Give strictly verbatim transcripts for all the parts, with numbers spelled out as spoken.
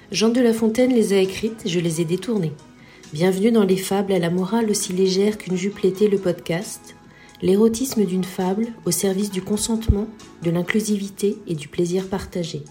Jean de La Fontaine les a écrites, je les ai détournées. Bienvenue dans les fables à la morale aussi légère qu'une jupe l'était, le podcast. L'érotisme d'une fable au service du consentement, de l'inclusivité et du plaisir partagé.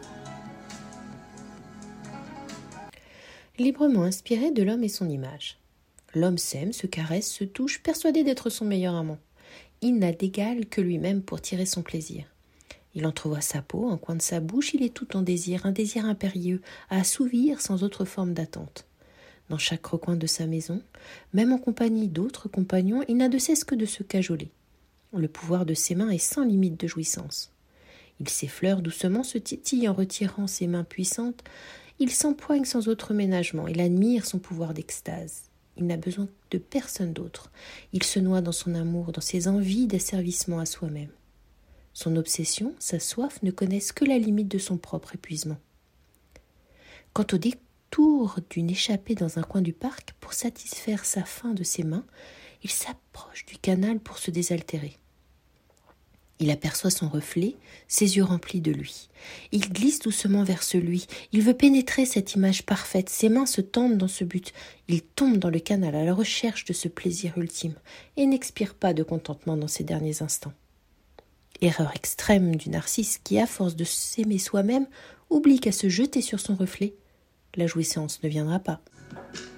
Librement inspiré de l'homme et son image. L'homme s'aime, se caresse, se touche, persuadé d'être son meilleur amant. Il n'a d'égal que lui-même pour tirer son plaisir. Il entrevoit sa peau, un coin de sa bouche, il est tout en désir, un désir impérieux, à assouvir sans autre forme d'attente. Dans chaque recoin de sa maison, même en compagnie d'autres compagnons, il n'a de cesse que de se cajoler. Le pouvoir de ses mains est sans limite de jouissance. Il s'effleure doucement, se titille en retirant ses mains puissantes. Il s'empoigne sans autre ménagement, il admire son pouvoir d'extase. Il n'a besoin de personne d'autre. Il se noie dans son amour, dans ses envies d'asservissement à soi-même. Son obsession, sa soif ne connaissent que la limite de son propre épuisement. Quant au détour d'une échappée dans un coin du parc, pour satisfaire sa faim de ses mains, il s'approche du canal pour se désaltérer. Il aperçoit son reflet, ses yeux remplis de lui. Il glisse doucement vers celui. Il veut pénétrer cette image parfaite. Ses mains se tendent dans ce but. Il tombe dans le canal à la recherche de ce plaisir ultime et n'expire pas de contentement dans ses derniers instants. Erreur extrême du narcisse qui, à force de s'aimer soi-même, oublie qu'à se jeter sur son reflet, la jouissance ne viendra pas.